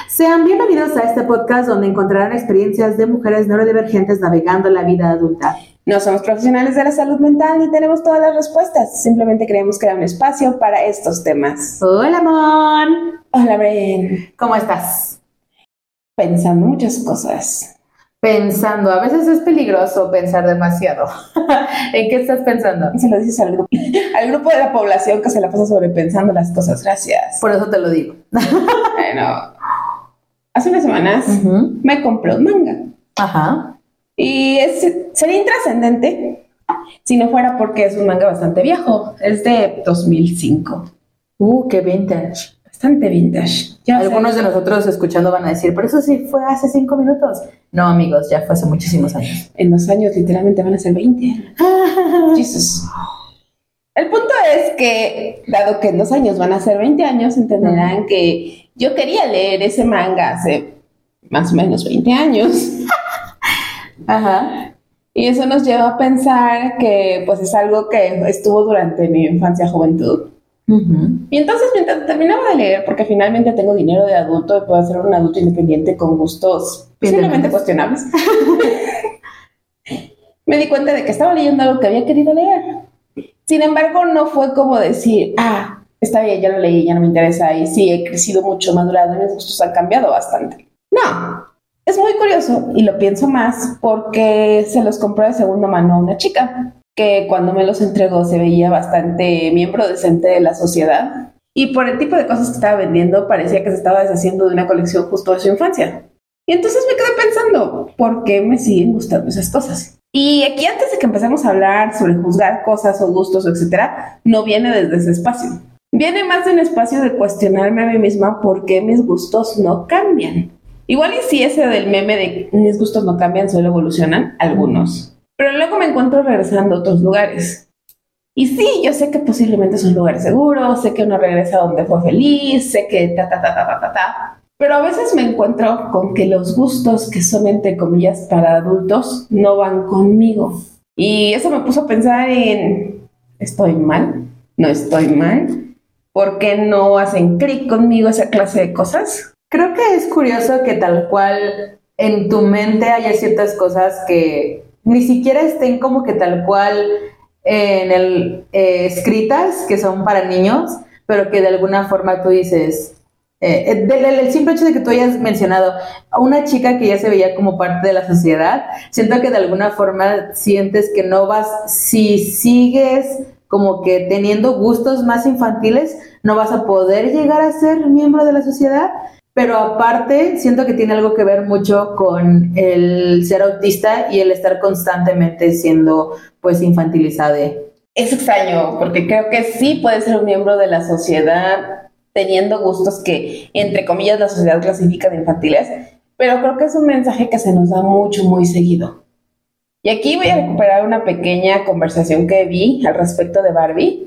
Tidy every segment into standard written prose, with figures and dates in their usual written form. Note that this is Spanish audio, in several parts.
Sean bienvenidos a este podcast donde encontrarán experiencias de mujeres neurodivergentes navegando la vida adulta. No somos profesionales de la salud mental ni tenemos todas las respuestas. Simplemente queremos crear un espacio para estos temas. Hola, Mon. Hola, Bren. ¿Cómo estás? Pensando muchas cosas. Pensando. A veces es peligroso pensar demasiado. ¿En qué estás pensando? Se lo dices al grupo de la población que se la pasa sobrepensando las cosas. Gracias. Por eso te lo digo. Bueno, hace unas semanas me compré un manga. Ajá. Y sería intrascendente si no fuera porque es un manga bastante viejo. Es de 2005. Qué vintage. Bastante vintage. Algunos de nosotros escuchando van a decir, pero eso sí fue hace 5 minutos. No, amigos, ya fue hace muchísimos años. En los años literalmente van a ser 20. Jesus. El punto es que, dado que en 2 años van a ser 20 años, entenderán que yo quería leer ese manga hace más o menos 20 años. Ajá. Y eso nos lleva a pensar que pues es algo que estuvo durante mi infancia, juventud. Y entonces mientras terminaba de leer, porque finalmente tengo dinero de adulto y puedo ser un adulto independiente con gustos simplemente cuestionables, me di cuenta de que estaba leyendo algo que había querido leer. Sin embargo, no fue como decir, está bien, ya lo leí, ya no me interesa, y sí, he crecido mucho, madurado, y mis gustos han cambiado bastante. No. Es muy curioso y lo pienso más porque se los compró de segunda mano a una chica que cuando me los entregó se veía bastante miembro decente de la sociedad y por el tipo de cosas que estaba vendiendo parecía que se estaba deshaciendo de una colección justo de su infancia. Y entonces me quedé pensando, ¿por qué me siguen gustando esas cosas? Y aquí antes de que empecemos a hablar sobre juzgar cosas o gustos, etcétera, no viene desde ese espacio. Viene más de un espacio de cuestionarme a mí misma por qué mis gustos no cambian. Igual y sí ese del meme de mis gustos no cambian, solo evolucionan, algunos. Pero luego me encuentro regresando a otros lugares. Y sí, yo sé que posiblemente es un lugar seguro, sé que uno regresa donde fue feliz, sé que Pero a veces me encuentro con que los gustos que son entre comillas para adultos no van conmigo. Y eso me puso a pensar en, ¿estoy mal? ¿No estoy mal? ¿Por qué no hacen clic conmigo esa clase de cosas? Creo que es curioso que tal cual en tu mente haya ciertas cosas que ni siquiera estén como que tal cual escritas, que son para niños, pero que de alguna forma tú dices, el simple hecho de que tú hayas mencionado a una chica que ya se veía como parte de la sociedad, siento que de alguna forma sientes que no vas, si sigues como que teniendo gustos más infantiles, no vas a poder llegar a ser miembro de la sociedad. Pero aparte, siento que tiene algo que ver mucho con el ser autista y el estar constantemente siendo, pues, infantilizado. Es extraño, porque creo que sí puedes ser un miembro de la sociedad teniendo gustos que, entre comillas, la sociedad clasifica de infantiles, pero creo que es un mensaje que se nos da mucho, muy seguido. Y aquí voy a recuperar una pequeña conversación que vi al respecto de Barbie.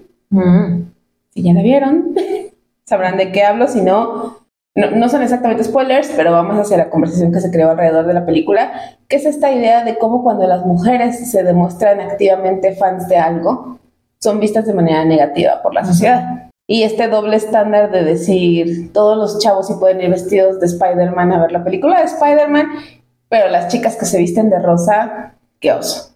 Si ya la vieron, sabrán de qué hablo, si no... No son exactamente spoilers, pero vamos a hacer la conversación que se creó alrededor de la película, que es esta idea de cómo cuando las mujeres se demuestran activamente fans de algo, son vistas de manera negativa por la sociedad. Y este doble estándar de decir, todos los chavos sí pueden ir vestidos de Spider-Man a ver la película de Spider-Man, pero las chicas que se visten de rosa, qué oso.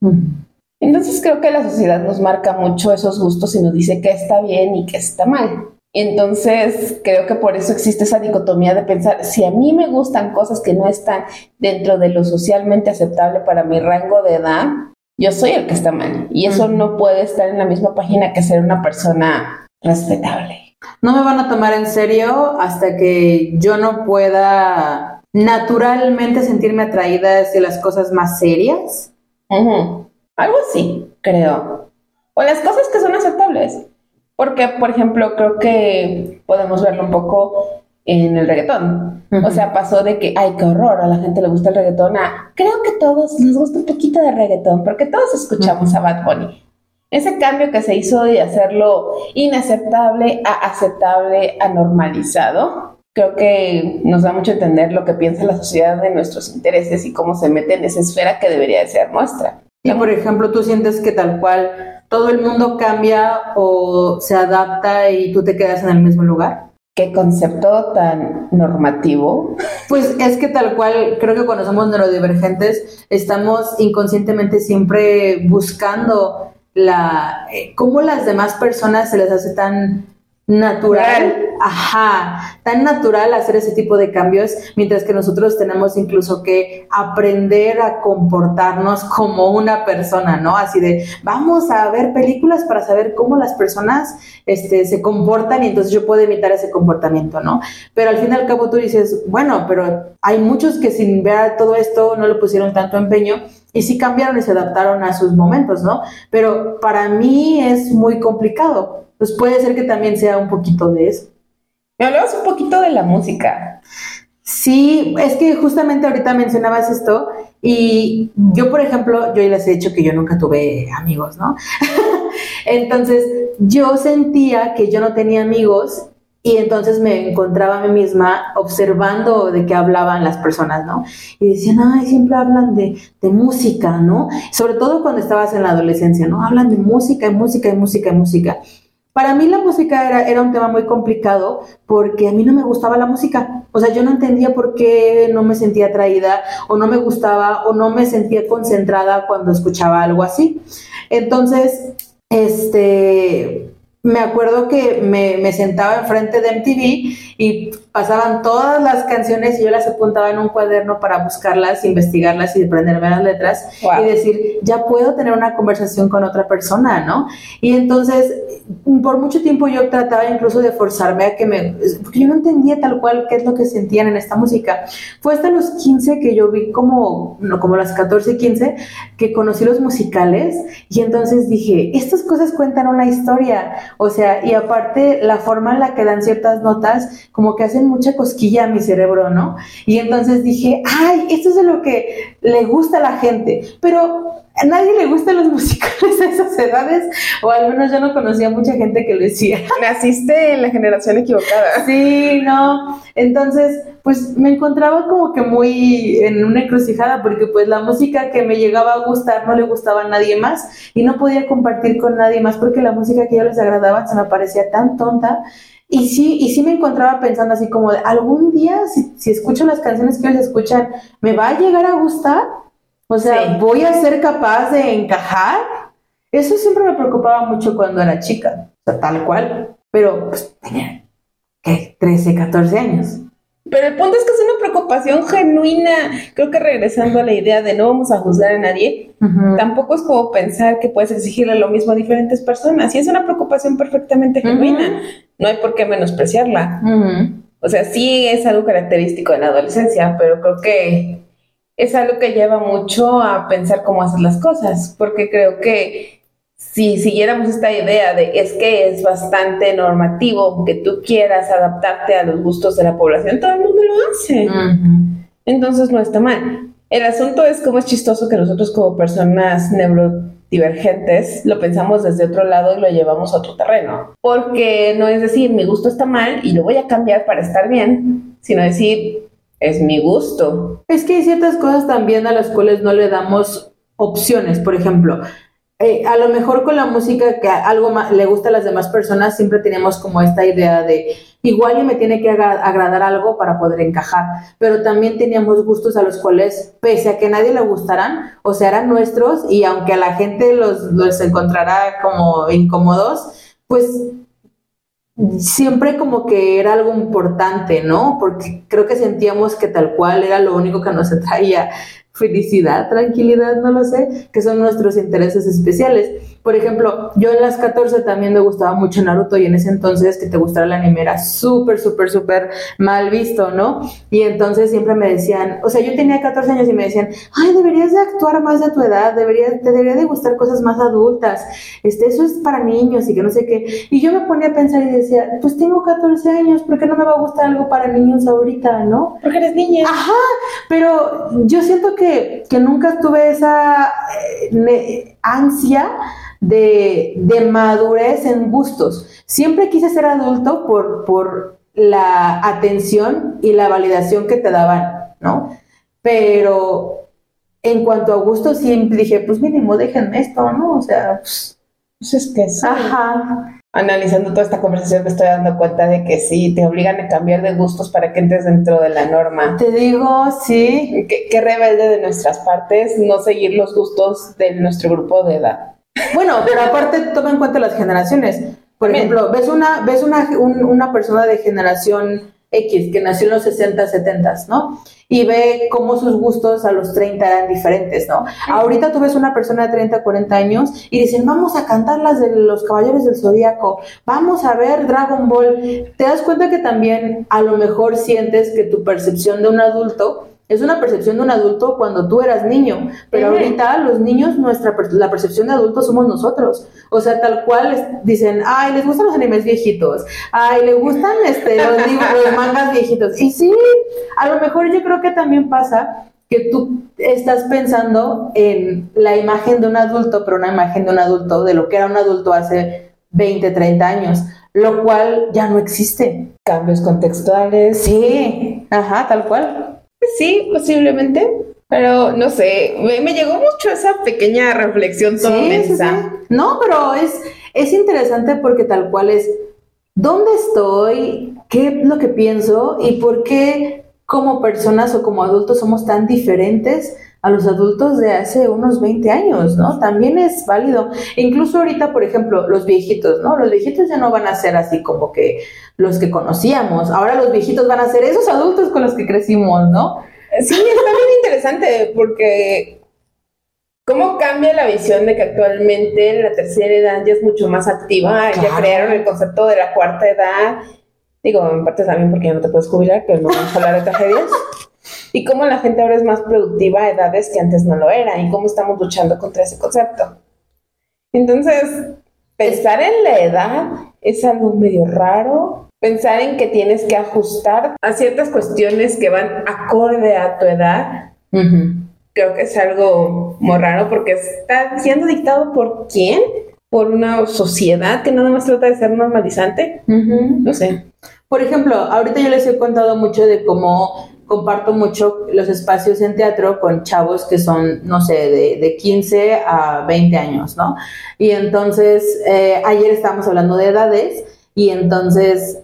Entonces creo que la sociedad nos marca mucho esos gustos y nos dice qué está bien y qué está mal. Entonces, creo que por eso existe esa dicotomía de pensar, si a mí me gustan cosas que no están dentro de lo socialmente aceptable para mi rango de edad, yo soy el que está mal. Y eso no puede estar en la misma página que ser una persona respetable. No me van a tomar en serio hasta que yo no pueda naturalmente sentirme atraída hacia las cosas más serias. Algo así, creo. O las cosas que son aceptables. Porque, por ejemplo, creo que podemos verlo un poco en el reggaetón. O sea, pasó de que, ay, qué horror, a la gente le gusta el reggaetón, creo que a todos nos gusta un poquito de reggaetón, porque todos escuchamos a Bad Bunny. Ese cambio que se hizo de hacerlo inaceptable a aceptable a normalizado, creo que nos da mucho a entender lo que piensa la sociedad de nuestros intereses y cómo se mete en esa esfera que debería de ser nuestra. Y, por ejemplo, ¿tú sientes que tal cual todo el mundo cambia o se adapta y tú te quedas en el mismo lugar? Qué concepto tan normativo. Pues es que tal cual, creo que cuando somos neurodivergentes estamos inconscientemente siempre buscando cómo las demás personas se les hace tan natural, tan natural hacer ese tipo de cambios, mientras que nosotros tenemos incluso que aprender a comportarnos como una persona, ¿no? Así de, vamos a ver películas para saber cómo las personas se comportan y entonces yo puedo imitar ese comportamiento, ¿no? Pero al fin y al cabo tú dices, bueno, pero hay muchos que sin ver todo esto no le pusieron tanto empeño y sí cambiaron y se adaptaron a sus momentos, ¿no? Pero para mí es muy complicado. Pues puede ser que también sea un poquito de eso. Me hablabas un poquito de la música. Sí, es que justamente ahorita mencionabas esto y yo, por ejemplo, yo ya les he dicho que yo nunca tuve amigos, ¿no? Entonces, yo sentía que yo no tenía amigos y entonces me encontraba a mí misma observando de qué hablaban las personas, ¿no? Y decían, ay, siempre hablan de música, ¿no? Sobre todo cuando estabas en la adolescencia, ¿no? Hablan de música y música y música y música. Para mí la música era un tema muy complicado porque a mí no me gustaba la música. O sea, yo no entendía por qué no me sentía atraída o no me gustaba o no me sentía concentrada cuando escuchaba algo así. Entonces, me acuerdo que me sentaba enfrente de MTV y pasaban todas las canciones y yo las apuntaba en un cuaderno para buscarlas, investigarlas y aprenderme las letras. Wow. Y decir, ya puedo tener una conversación con otra persona, ¿no? Y entonces, por mucho tiempo yo trataba incluso de forzarme a porque yo no entendía tal cual qué es lo que sentían en esta música. Fue hasta los 15 que yo vi como las 14, 15, que conocí los musicales y entonces dije, estas cosas cuentan una historia. O sea, y aparte la forma en la que dan ciertas notas como que hacen mucha cosquilla a mi cerebro, ¿no? Y entonces dije, ay, esto es de lo que le gusta a la gente, pero a nadie le gustan los musicales a esas edades, o al menos yo no conocía mucha gente que lo decía. Naciste en la generación equivocada. Sí, no, entonces pues me encontraba como que muy en una encrucijada porque pues la música que me llegaba a gustar no le gustaba a nadie más y no podía compartir con nadie más porque la música que a ellos les agradaba se me parecía tan tonta. Y sí me encontraba pensando así como de, algún día si escucho las canciones que ellos escuchan, ¿me va a llegar a gustar? O sea, sí. ¿Voy a ser capaz de encajar? Eso siempre me preocupaba mucho cuando era chica, o sea, tal cual. Pero pues tenía, ¿qué? 13, 14 años. Pero el punto es que es una preocupación genuina. Creo que regresando a la idea de no vamos a juzgar a nadie, tampoco es como pensar que puedes exigirle lo mismo a diferentes personas. Y es una preocupación perfectamente genuina. No hay por qué menospreciarla. O sea, sí es algo característico de la adolescencia, pero creo que es algo que lleva mucho a pensar cómo hacer las cosas. Porque creo que si siguiéramos esta idea de es que es bastante normativo que tú quieras adaptarte a los gustos de la población, todo el mundo lo hace. Entonces no está mal. El asunto es cómo es chistoso que nosotros como personas neurodivergentes lo pensamos desde otro lado y lo llevamos a otro terreno. Porque no es decir, mi gusto está mal y lo voy a cambiar para estar bien, sino decir, es mi gusto. Es que hay ciertas cosas también a las cuales no le damos opciones. Por ejemplo, a lo mejor con la música que algo más le gusta a las demás personas, siempre tenemos como esta idea de igual y me tiene que agradar algo para poder encajar, pero también teníamos gustos a los cuales, pese a que a nadie le gustaran, o sea, eran nuestros y aunque a la gente los encontrara como incómodos, pues siempre como que era algo importante, ¿no? Porque creo que sentíamos que tal cual era lo único que nos atraía. Felicidad, tranquilidad, no lo sé, que son nuestros intereses especiales. Por ejemplo, yo en las 14 también me gustaba mucho Naruto y en ese entonces que te gustara el anime era súper mal visto, ¿no? Y entonces siempre me decían, o sea, yo tenía 14 años y me decían, ay, deberías de actuar más de tu edad, te debería de gustar cosas más adultas, eso es para niños y que no sé qué. Y yo me ponía a pensar y decía, pues tengo 14 años, ¿por qué no me va a gustar algo para niños ahorita, no? Porque eres niña. Ajá, pero yo siento que nunca tuve esa ansia de madurez en gustos. Siempre quise ser adulto por la atención y la validación que te daban, ¿no? Pero en cuanto a gustos siempre dije, pues mínimo déjenme esto, ¿no? O sea, pues es que sí. Ajá. Analizando toda esta conversación me estoy dando cuenta de que sí, te obligan a cambiar de gustos para que entres dentro de la norma. Te digo, sí. Qué rebelde de nuestras partes no seguir los gustos de nuestro grupo de edad. Bueno, pero aparte toma en cuenta las generaciones. Por ejemplo, ves una persona de generación X que nació en los 60, 70, ¿no? Y ve cómo sus gustos a los 30 eran diferentes, ¿no? Ahorita tú ves una persona de 30, 40 años y dicen, vamos a cantar las de los Caballeros del Zodíaco, vamos a ver Dragon Ball. Te das cuenta que también a lo mejor sientes que tu percepción de un adulto es una percepción de un adulto cuando tú eras niño, pero ahorita los niños, la percepción de adultos somos nosotros. O sea, tal cual dicen, ay, les gustan los animes viejitos, ay, les gustan los libros, los mangas viejitos. Y sí, a lo mejor yo creo que también pasa que tú estás pensando en la imagen de un adulto, pero una imagen de un adulto, de lo que era un adulto hace 20, 30 años, lo cual ya no existe. Cambios contextuales. Sí, ajá, tal cual. Sí, posiblemente, pero no sé, me llegó mucho esa pequeña reflexión toda mensa. Sí. No, pero es interesante porque tal cual es, ¿dónde estoy? ¿Qué es lo que pienso? ¿Y por qué como personas o como adultos somos tan diferentes a los adultos de hace unos 20 años, ¿no? También es válido. Incluso ahorita, por ejemplo, los viejitos, ¿no? Los viejitos ya no van a ser así como que los que conocíamos. Ahora los viejitos van a ser esos adultos con los que crecimos, ¿no? Sí, está bien interesante porque cómo cambia la visión de que actualmente la tercera edad ya es mucho más activa. Claro. Ya crearon el concepto de la cuarta edad. Digo, en parte también porque ya no te puedes jubilar, pero no vamos a hablar de tragedias. Y cómo la gente ahora es más productiva a edades que antes no lo era, y cómo estamos luchando contra ese concepto. Entonces, pensar en la edad es algo medio raro. Pensar en que tienes que ajustar a ciertas cuestiones que van acorde a tu edad, creo que es algo muy raro porque está siendo dictado ¿por quién? Por una sociedad que nada más trata de ser normalizante. No sé. Por ejemplo, ahorita yo les he contado mucho de cómo comparto mucho los espacios en teatro con chavos que son, no sé, de 15 a 20 años, ¿no? Y entonces, ayer estábamos hablando de edades. Y entonces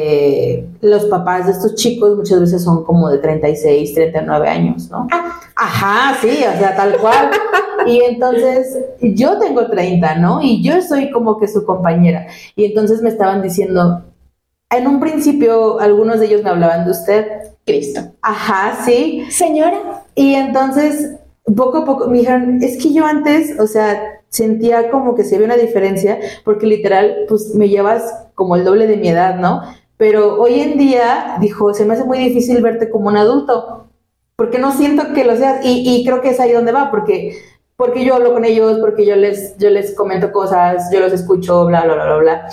los papás de estos chicos muchas veces son como de 36, 39 años, ¿no? Ajá, sí, o sea, tal cual. Y entonces yo tengo 30, ¿no? Y yo soy como que su compañera. Y entonces me estaban diciendo, en un principio algunos de ellos me hablaban de usted. Cristo. Ajá, sí. Señora. Y entonces poco a poco me dijeron, es que yo antes, o sea, sentía como que se ve una diferencia, porque literal, pues me llevas como el doble de mi edad, ¿no? Pero hoy en día, dijo, se me hace muy difícil verte como un adulto, porque no siento que lo seas, y creo que es ahí donde va, porque yo hablo con ellos, porque yo les comento cosas, yo los escucho, bla, bla, bla, bla, bla.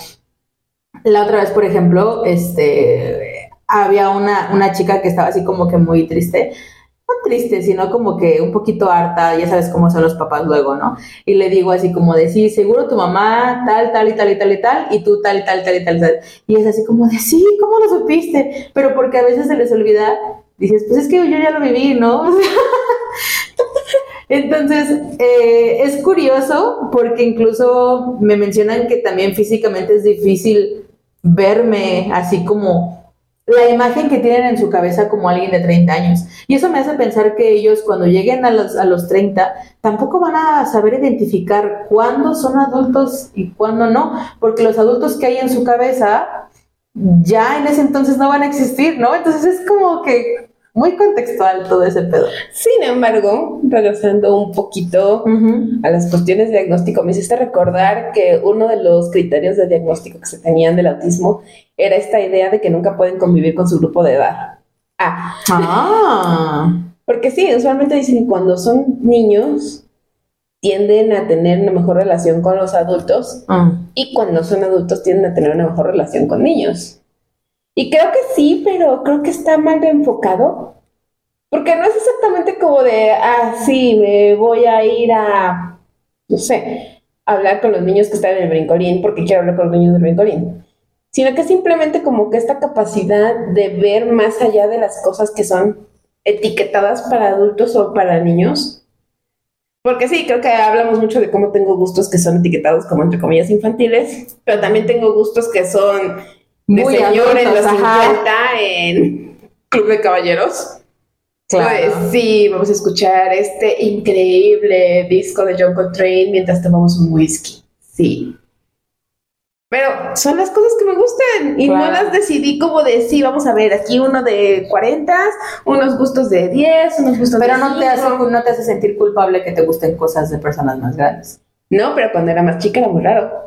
La otra vez, por ejemplo, había una chica que estaba así como que muy triste, no triste, sino como que un poquito harta, ya sabes cómo son los papás luego, ¿no? Y le digo así como de, sí, seguro tu mamá tal, tal y tal y tal y tal, y tú tal, tal, tal y tal, tal. Y es así como de, sí, ¿cómo lo supiste? Pero porque a veces se les olvida, dices, pues es que yo ya lo viví, ¿no? Entonces, es curioso porque incluso me mencionan que también físicamente es difícil verme así como la imagen que tienen en su cabeza como alguien de 30 años. Y eso me hace pensar que ellos cuando lleguen a los 30 tampoco van a saber identificar cuándo son adultos y cuándo no, porque los adultos que hay en su cabeza ya en ese entonces no van a existir, ¿no? Entonces es como que muy contextual todo ese pedo. Sin embargo, regresando un poquito a las cuestiones de diagnóstico, me hiciste recordar que uno de los criterios de diagnóstico que se tenían del autismo era esta idea de que nunca pueden convivir con su grupo de edad. Porque sí, usualmente dicen que cuando son niños tienden a tener una mejor relación con los adultos y cuando son adultos tienden a tener una mejor relación con niños. Y creo que sí, pero creo que está mal enfocado. Porque no es exactamente como de, sí, me voy a ir a, no sé, hablar con los niños que están en el brincolín porque quiero hablar con los niños del brincolín. Sino que simplemente como que esta capacidad de ver más allá de las cosas que son etiquetadas para adultos o para niños, Porque sí, creo que hablamos mucho de cómo tengo gustos que son etiquetados como entre comillas infantiles, pero también tengo gustos que son de Muy señor en adultos, los ajá. 50 en Club de Caballeros. Claro. Pues sí, vamos a escuchar este increíble disco de John Coltrane mientras tomamos un whisky. Sí. Pero son las cosas que me gustan y Claro. no las decidí como de sí, vamos a ver, aquí uno de 40, unos gustos de 10, unos gustos Pero de no te 5. no te hace sentir culpable que te gusten cosas de personas más grandes. No, pero cuando era más chica era muy raro.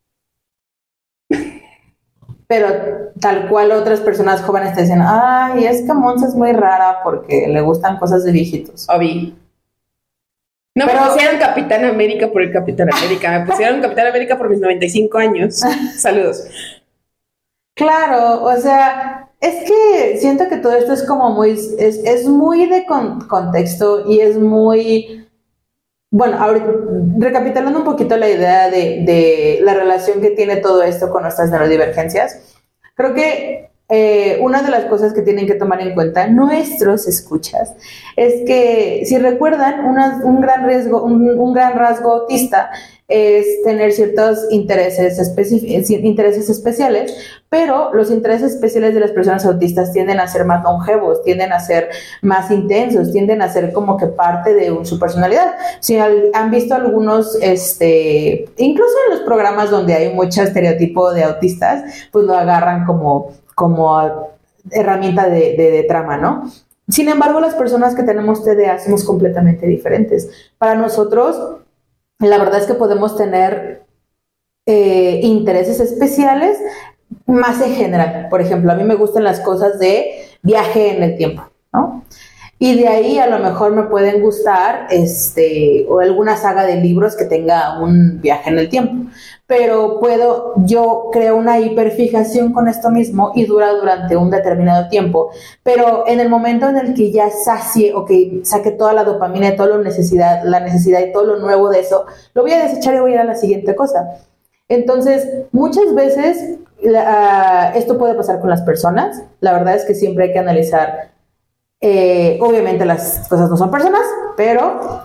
Pero tal cual otras personas jóvenes te dicen, ay, es que Monza es muy rara porque le gustan cosas de viejitos. Obvio. No Pero- me pusieron Capitán América por el Capitán América, me pusieron Capitán América por mis 95 años. Saludos. Claro, o sea, es que siento que todo esto es como muy, es muy de contexto y es muy, bueno, ahorita, recapitulando un poquito la idea de la relación que tiene todo esto con nuestras neurodivergencias, creo que una de las cosas que tienen que tomar en cuenta nuestros escuchas es que, si recuerdan, un gran riesgo, un gran rasgo autista es tener ciertos intereses especiales, pero los intereses especiales de las personas autistas tienden a ser más longevos, tienden a ser más intensos, tienden a ser como que parte de su personalidad. Si han visto algunos, incluso en los programas donde hay mucho estereotipo de autistas, pues lo agarran como herramienta de trama, ¿no? Sin embargo, las personas que tenemos TDA somos completamente diferentes. Para nosotros, la verdad es que podemos tener intereses especiales más en general. Por ejemplo, a mí me gustan las cosas de viaje en el tiempo, ¿no? Y de ahí a lo mejor me pueden gustar o alguna saga de libros que tenga un viaje en el tiempo. Pero yo creo una hiperfijación con esto mismo y dura durante un determinado tiempo. Pero en el momento en el que ya sacie o que saque toda la dopamina y toda la necesidad y todo lo nuevo de eso, lo voy a desechar y voy a ir a la siguiente cosa. Entonces, muchas veces esto puede pasar con las personas. La verdad es que siempre hay que analizar. Obviamente las cosas no son personas, pero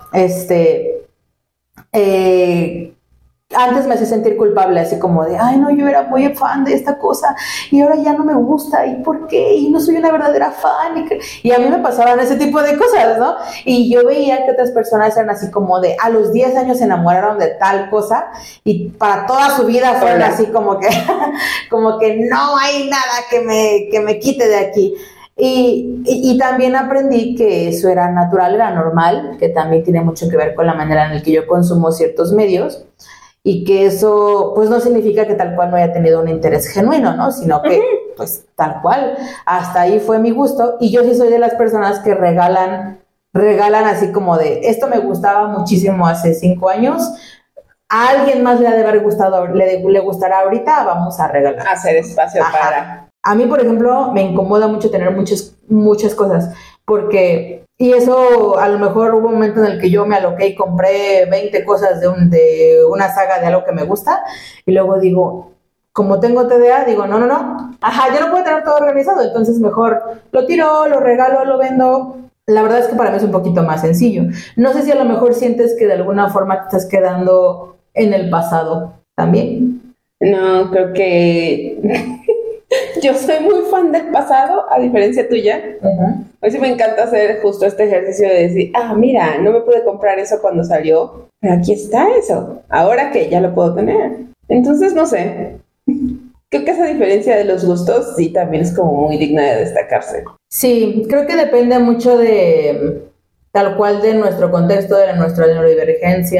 antes me hacía sentir culpable, así como de, ay no, yo era muy fan de esta cosa y ahora ya no me gusta, ¿y por qué? Y no soy una verdadera fan. Y a mí me pasaban ese tipo de cosas, ¿no? Y yo veía que otras personas eran así como de, a los 10 años se enamoraron de tal cosa y para toda su vida fueron así como que, como que no hay nada que me quite de aquí. Y también aprendí que eso era natural, era normal, que también tiene mucho que ver con la manera en la que yo consumo ciertos medios y que eso pues no significa que tal cual no haya tenido un interés genuino, ¿no? Sino que pues tal cual, hasta ahí fue mi gusto y yo sí soy de las personas que regalan así como de, esto me gustaba muchísimo hace 5 años, a alguien más le ha de haber gustado, le gustará ahorita, vamos a regalar. Hacer espacio para... A mí, por ejemplo, me incomoda mucho tener muchas cosas, porque, y eso a lo mejor hubo un momento en el que yo me aloqué y compré 20 cosas de una saga de algo que me gusta, y luego digo, como tengo TDA, digo, no, yo no puedo tener todo organizado, entonces mejor lo tiro, lo regalo, lo vendo. La verdad es que para mí es un poquito más sencillo. No sé si a lo mejor sientes que de alguna forma te estás quedando en el pasado también. No, creo que... Yo soy muy fan del pasado, a diferencia tuya. A mí sí me encanta hacer justo este ejercicio de decir, mira, no me pude comprar eso cuando salió, pero aquí está eso, ahora que ya lo puedo tener. Entonces, no sé, creo que esa diferencia de los gustos sí también es como muy digna de destacarse. Sí, creo que depende mucho de tal cual de nuestro contexto, de nuestra neurodivergencia.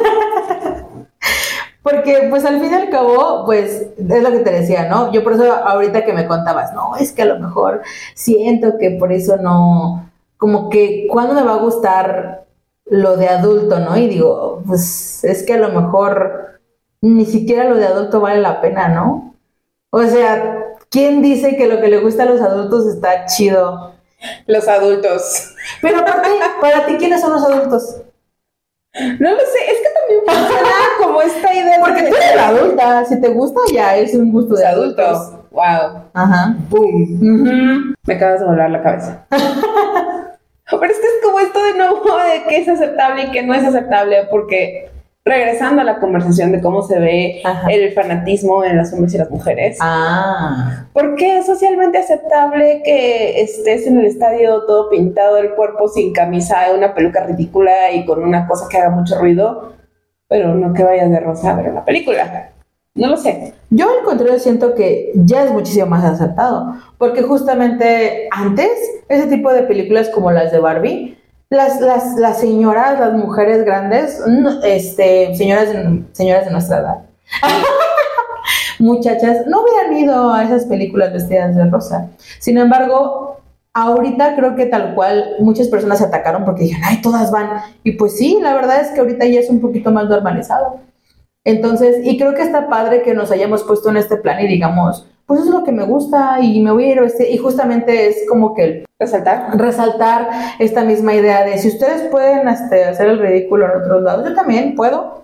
Porque pues al fin y al cabo, pues es lo que te decía, ¿no? Yo por eso ahorita que me contabas, no, es que a lo mejor siento que por eso no, como que cuando me va a gustar lo de adulto, ¿no? Y digo, pues es que a lo mejor ni siquiera lo de adulto vale la pena, ¿no? O sea, ¿quién dice que lo que le gusta a los adultos está chido? Los adultos. Pero para ti, ¿quiénes son los adultos? No lo sé, es que también funciona como esta idea. Porque tú eres adulta, si te gusta ya es un gusto de adultos. Wow. Ajá. Boom. Me acabas de volar la cabeza. Pero es que es como esto de nuevo de qué es aceptable y qué no es aceptable, porque regresando a la conversación de cómo se ve el fanatismo en los hombres y las mujeres. ¿Por qué es socialmente aceptable que estés en el estadio todo pintado del cuerpo, sin camisa, una peluca ridícula y con una cosa que haga mucho ruido, pero no que vayas de rosa a ver una película? No lo sé. Yo al contrario siento que ya es muchísimo más aceptado, porque justamente antes ese tipo de películas como las de Barbie, las señoras, las mujeres grandes, señoras de nuestra edad, muchachas, no hubieran ido a esas películas vestidas de rosa. Sin embargo, ahorita creo que tal cual muchas personas se atacaron porque dijeron, ay, todas van. Y pues sí, la verdad es que ahorita ya es un poquito más normalizado. Entonces, y creo que está padre que nos hayamos puesto en este plan y digamos, pues eso es lo que me gusta y me voy a ir y justamente es como que resaltar esta misma idea de si ustedes pueden hacer el ridículo en otros lados, yo también puedo.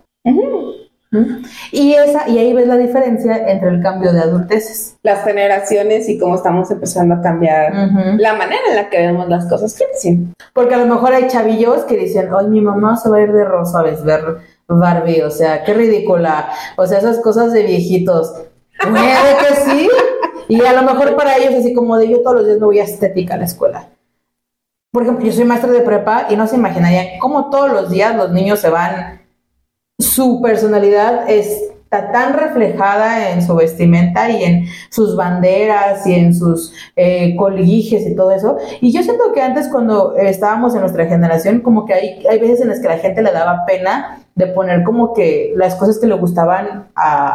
Y ahí ves la diferencia entre el cambio de adulteces. Las generaciones y cómo estamos empezando a cambiar la manera en la que vemos las cosas. Creo que sí. Porque a lo mejor hay chavillos que dicen, ay, mi mamá se va a ir de rosa a ver Barbie, o sea, qué ridícula, o sea, esas cosas de viejitos. Puede que sí, y a lo mejor para ellos así como de yo todos los días me voy a estética a la escuela. Por ejemplo, yo soy maestra de prepa y no se imaginarían cómo todos los días los niños se van, su personalidad está tan reflejada en su vestimenta y en sus banderas y en sus coliges y todo eso. Y yo siento que antes cuando estábamos en nuestra generación, como que hay veces en las que la gente le daba pena de poner como que las cosas que le gustaban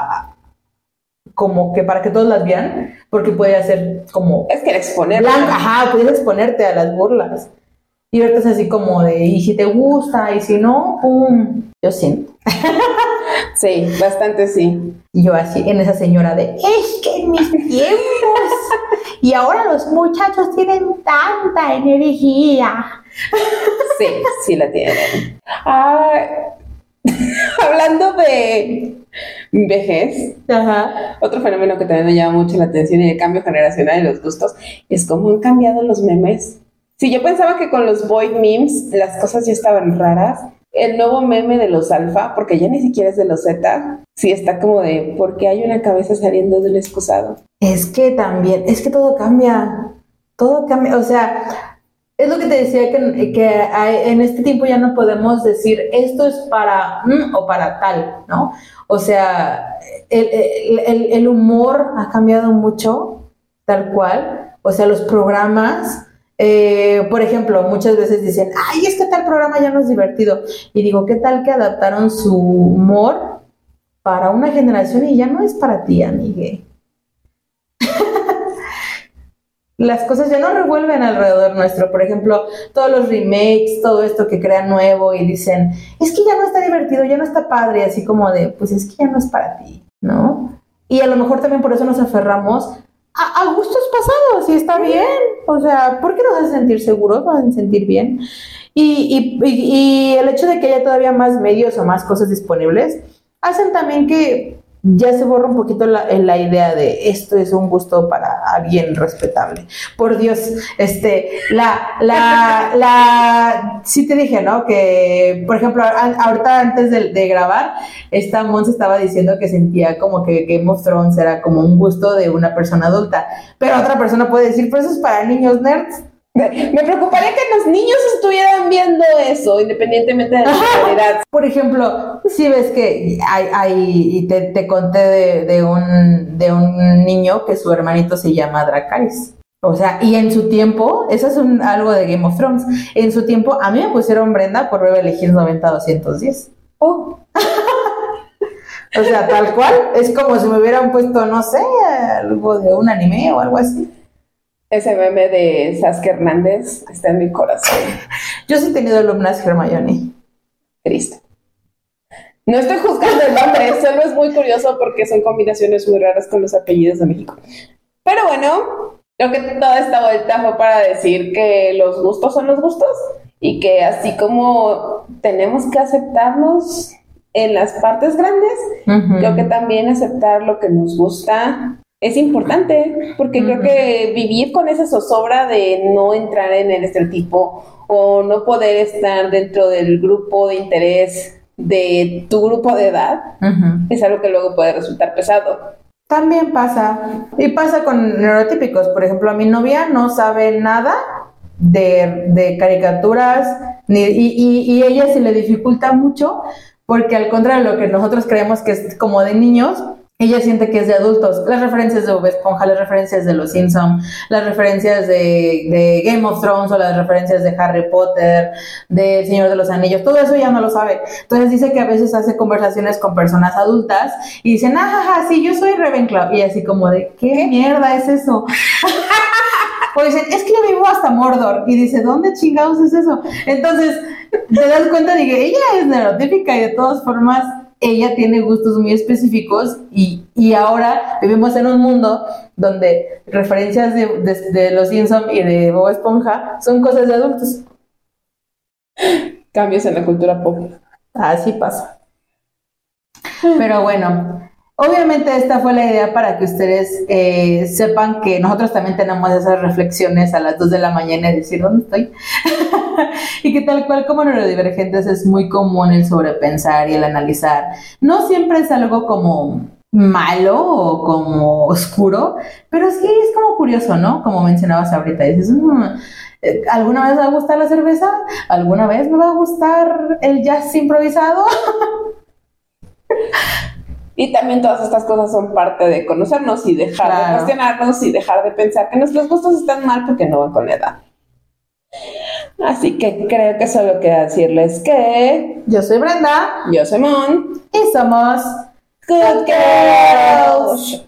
como que para que todos las vieran, porque podía ser como... Es que exponer. Puedes exponerte a las burlas. Y ahorita es así como de, y si te gusta, y si no, ¡pum! Yo siento. Sí, bastante sí. Y yo así, en esa señora de, es que en mis tiempos, y ahora los muchachos tienen tanta energía. Sí la tienen. Hablando de vejez, otro fenómeno que también me llama mucho la atención y el cambio generacional en los gustos es cómo han cambiado los memes. Si yo pensaba que con los boy memes las cosas ya estaban raras, el nuevo meme de los alfa, porque ya ni siquiera es de los Z, sí está como de, ¿por qué hay una cabeza saliendo de un excusado? Es que todo cambia, o sea... Es lo que te decía, que en este tiempo ya no podemos decir esto es para o para tal, ¿no? O sea, el humor ha cambiado mucho, tal cual. O sea, los programas, por ejemplo, muchas veces dicen, ay, es que tal programa ya no es divertido. Y digo, ¿qué tal que adaptaron su humor para una generación y ya no es para ti, amigue? Las cosas ya no revuelven alrededor nuestro. Por ejemplo, todos los remakes, todo esto que crean nuevo y dicen, es que ya no está divertido, ya no está padre, así como de, pues es que ya no es para ti, ¿no? Y a lo mejor también por eso nos aferramos a gustos pasados y está bien. O sea, ¿por qué nos hacen sentir seguros? Nos hacen sentir bien. Y el hecho de que haya todavía más medios o más cosas disponibles hacen también que ya se borra un poquito la idea de esto es un gusto para alguien respetable. Por Dios, sí te dije, ¿no? Que, por ejemplo, ahorita antes de grabar, esta Mons estaba diciendo que sentía como que Game of Thrones era como un gusto de una persona adulta, pero otra persona puede decir, pero eso es para niños nerds. Me preocuparía que los niños estuvieran viendo eso, independientemente de la realidad. Por ejemplo, si ves que y te conté de un niño que su hermanito se llama Dracarys. O sea, y en su tiempo, eso es algo de Game of Thrones, en su tiempo a mí me pusieron Brenda por Beverly Hills 90210. Oh. O sea, tal cual, es como si me hubieran puesto, no sé, algo de un anime o algo así. Ese meme de Sasuke Hernández está en mi corazón. Yo sí he tenido alumnas Hermione. Triste. No estoy juzgando el nombre, solo es muy curioso porque son combinaciones muy raras con los apellidos de México. Pero bueno, creo que toda esta vuelta fue para decir que los gustos son los gustos y que así como tenemos que aceptarnos en las partes grandes, creo que también aceptar lo que nos gusta es importante, porque creo que vivir con esa zozobra de no entrar en el estereotipo o no poder estar dentro del grupo de interés de tu grupo de edad es algo que luego puede resultar pesado. También pasa, y pasa con neurotípicos. Por ejemplo, mi novia no sabe nada de caricaturas, y ella se le dificulta mucho, porque al contrario de lo que nosotros creemos que es como de niños, ella siente que es de adultos. Las referencias de Bob Esponja, las referencias de Los Simpson, las referencias de Game of Thrones o las referencias de Harry Potter, de El Señor de los Anillos, todo eso ya no lo sabe. Entonces dice que a veces hace conversaciones con personas adultas y dicen, sí, yo soy Ravenclaw. Y así como de, ¿qué mierda es eso? O dicen, es que yo vivo hasta Mordor. Y dice, ¿dónde chingados es eso? Entonces, te das cuenta de que ella es neurotípica y de todas formas ella tiene gustos muy específicos, y ahora vivimos en un mundo donde referencias de Los Simpson y de Bob Esponja son cosas de adultos. Cambios en la cultura pop. Así pasa. Pero bueno, obviamente esta fue la idea para que ustedes sepan que nosotros también tenemos esas reflexiones a las 2 de la mañana y decir, ¿dónde estoy? Y que tal cual como neurodivergentes es muy común el sobrepensar y el analizar. No siempre es algo como malo o como oscuro, pero sí es como curioso, ¿no? Como mencionabas ahorita, dices, ¿alguna vez me va a gustar la cerveza? ¿Alguna vez me va a gustar el jazz improvisado? Y también todas estas cosas son parte de conocernos y dejar de cuestionarnos y dejar de pensar que nuestros gustos están mal porque no van con la edad. Así que creo que solo queda decirles que yo soy Brenda, yo soy Mon y somos Good Girls.